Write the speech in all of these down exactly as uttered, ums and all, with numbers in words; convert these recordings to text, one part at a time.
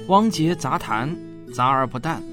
汪杰杂谈，杂而不淡。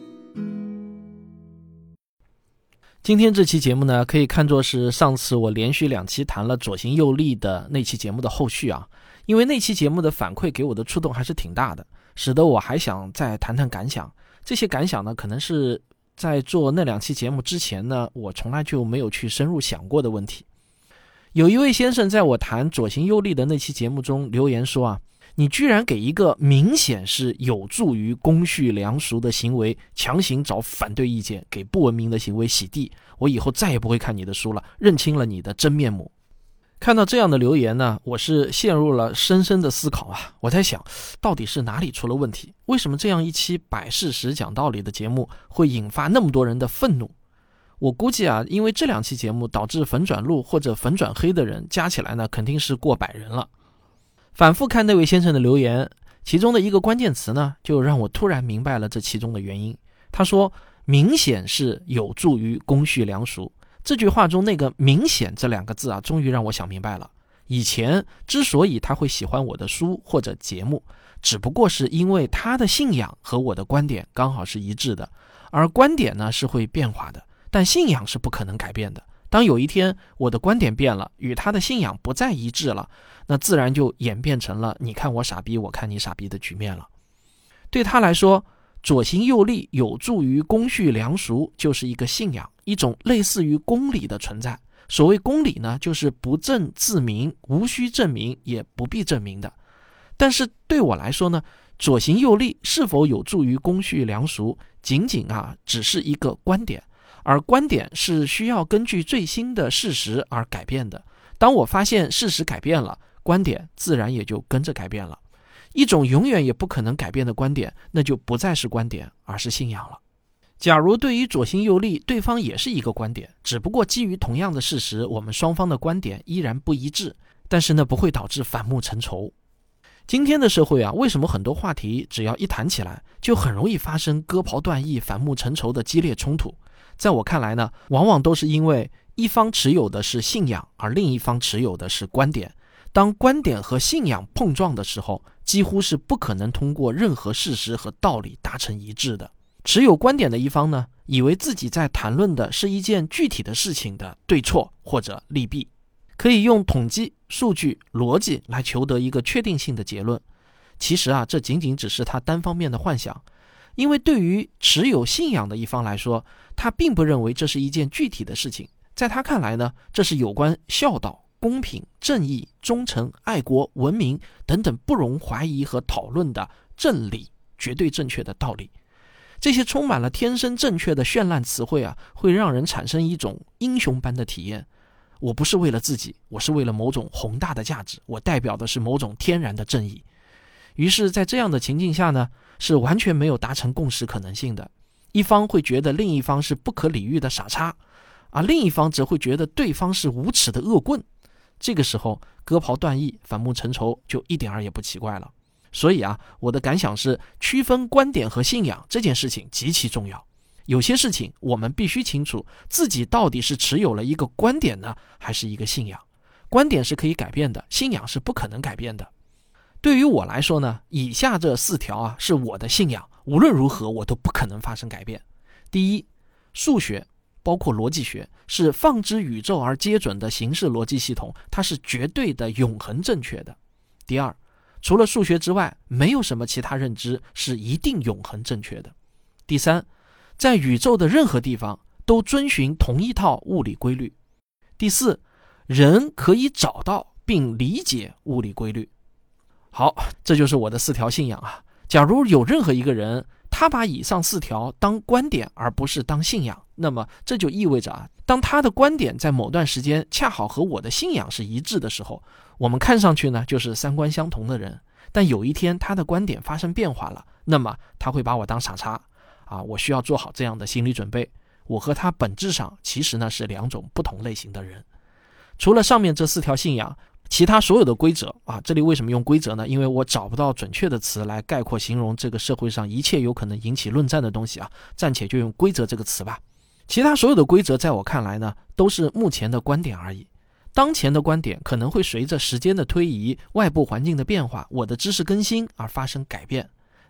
今天这期节目呢，可以看作是上次我连续两期谈了左行右立的那期节目的后续啊。因为那期节目的反馈给我的触动还是挺大的，使得我还想再谈谈感想。这些感想呢，可能是在做那两期节目之前呢，我从来就没有去深入想过的问题。有一位先生在我谈左行右立的那期节目中留言说啊，你居然给一个明显是有助于公序良俗的行为强行找反对意见，给不文明的行为洗地，我以后再也不会看你的书了，认清了你的真面目。看到这样的留言呢，我是陷入了深深的思考啊。我在想，到底是哪里出了问题？为什么这样一期摆事实讲道理的节目会引发那么多人的愤怒？我估计啊，因为这两期节目导致粉转路或者粉转黑的人加起来呢，肯定是过百人了。反复看那位先生的留言，其中的一个关键词呢，就让我突然明白了这其中的原因。他说明显是有助于公序良俗，这句话中那个明显这两个字啊，终于让我想明白了。以前之所以他会喜欢我的书或者节目，只不过是因为他的信仰和我的观点刚好是一致的，而观点呢是会变化的，但信仰是不可能改变的。当有一天我的观点变了，与他的信仰不再一致了，那自然就演变成了你看我傻逼我看你傻逼的局面了。对他来说，左行右立有助于公序良俗就是一个信仰，一种类似于公理的存在。所谓公理呢，就是不证自明，无需证明也不必证明的。但是对我来说呢，左行右立是否有助于公序良俗，仅仅啊只是一个观点，而观点是需要根据最新的事实而改变的。当我发现事实改变了，观点自然也就跟着改变了。一种永远也不可能改变的观点，那就不再是观点，而是信仰了。假如对于左行右立，对方也是一个观点，只不过基于同样的事实，我们双方的观点依然不一致，但是呢，不会导致反目成仇。今天的社会啊，为什么很多话题只要一谈起来，就很容易发生割袍断义、反目成仇的激烈冲突？在我看来呢，往往都是因为一方持有的是信仰，而另一方持有的是观点。当观点和信仰碰撞的时候，几乎是不可能通过任何事实和道理达成一致的。持有观点的一方呢，以为自己在谈论的是一件具体的事情的对错或者利弊，可以用统计、数据、逻辑来求得一个确定性的结论。其实啊，这仅仅只是他单方面的幻想。因为对于持有信仰的一方来说，他并不认为这是一件具体的事情。在他看来呢，这是有关孝道、公平、正义、忠诚、爱国、文明等等不容怀疑和讨论的正理，绝对正确的道理。这些充满了天生正确的绚烂词汇啊，会让人产生一种英雄般的体验。我不是为了自己，我是为了某种宏大的价值，我代表的是某种天然的正义。于是在这样的情境下呢，是完全没有达成共识可能性的。一方会觉得另一方是不可理喻的傻叉，而另一方则会觉得对方是无耻的恶棍。这个时候割袍断义、反目成仇就一点儿也不奇怪了。所以啊，我的感想是，区分观点和信仰这件事情极其重要。有些事情我们必须清楚自己到底是持有了一个观点呢，还是一个信仰。观点是可以改变的，信仰是不可能改变的。对于我来说呢，以下这四条啊是我的信仰，无论如何我都不可能发生改变。第一，数学包括逻辑学是放之宇宙而皆准的形式逻辑系统，它是绝对的永恒正确的。第二，除了数学之外，没有什么其他认知是一定永恒正确的。第三，在宇宙的任何地方都遵循同一套物理规律。第四，人可以找到并理解物理规律。好，这就是我的四条信仰啊。假如有任何一个人他把以上四条当观点而不是当信仰，那么这就意味着啊，当他的观点在某段时间恰好和我的信仰是一致的时候，我们看上去呢就是三观相同的人。但有一天他的观点发生变化了，那么他会把我当傻叉啊！我需要做好这样的心理准备。我和他本质上其实呢是两种不同类型的人。除了上面这四条信仰，其他所有的规则啊，这里为什么用规则呢？因为我找不到准确的词来概括形容这个社会上一切有可能引起论战的东西啊，暂且就用规则这个词吧。其他所有的规则在我看来呢，都是目前的观点而已。当前的观点可能会随着时间的推移、外部环境的变化、我的知识更新而发生改变。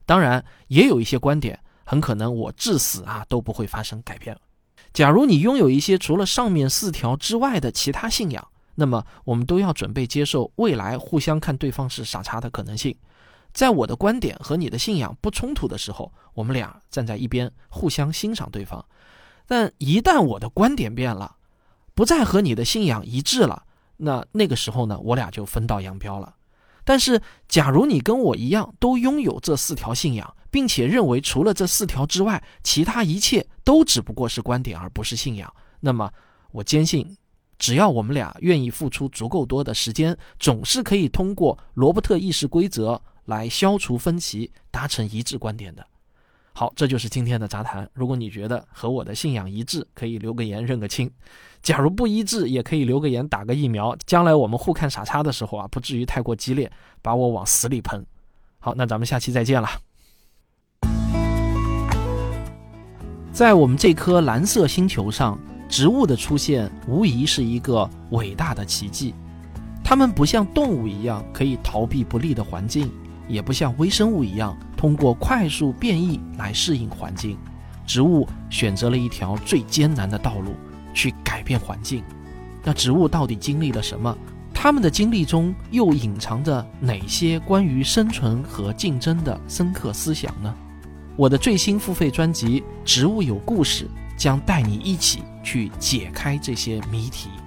当然，也有一些观点很可能我至死啊都不会发生改变了。假如你拥有一些除了上面四条之外的其他信仰，那么我们都要准备接受未来互相看对方是傻叉的可能性。在我的观点和你的信仰不冲突的时候，我们俩站在一边互相欣赏对方。但一旦我的观点变了，不再和你的信仰一致了，那那个时候呢，我俩就分道扬镳了。但是假如你跟我一样都拥有这四条信仰，并且认为除了这四条之外，其他一切都只不过是观点而不是信仰，那么我坚信只要我们俩愿意付出足够多的时间，总是可以通过罗伯特议事规则来消除分歧，达成一致观点的。好，这就是今天的杂谈。如果你觉得和我的信仰一致，可以留个言认个亲；假如不一致，也可以留个言打个疫苗，将来我们互看傻叉的时候啊，不至于太过激烈，把我往死里喷。好，那咱们下期再见了。在我们这颗蓝色星球上，植物的出现无疑是一个伟大的奇迹。它们不像动物一样可以逃避不利的环境，也不像微生物一样通过快速变异来适应环境。植物选择了一条最艰难的道路，去改变环境。那植物到底经历了什么？它们的经历中又隐藏着哪些关于生存和竞争的深刻思想呢？我的最新付费专辑《植物有故事》将带你一起去解开这些谜题。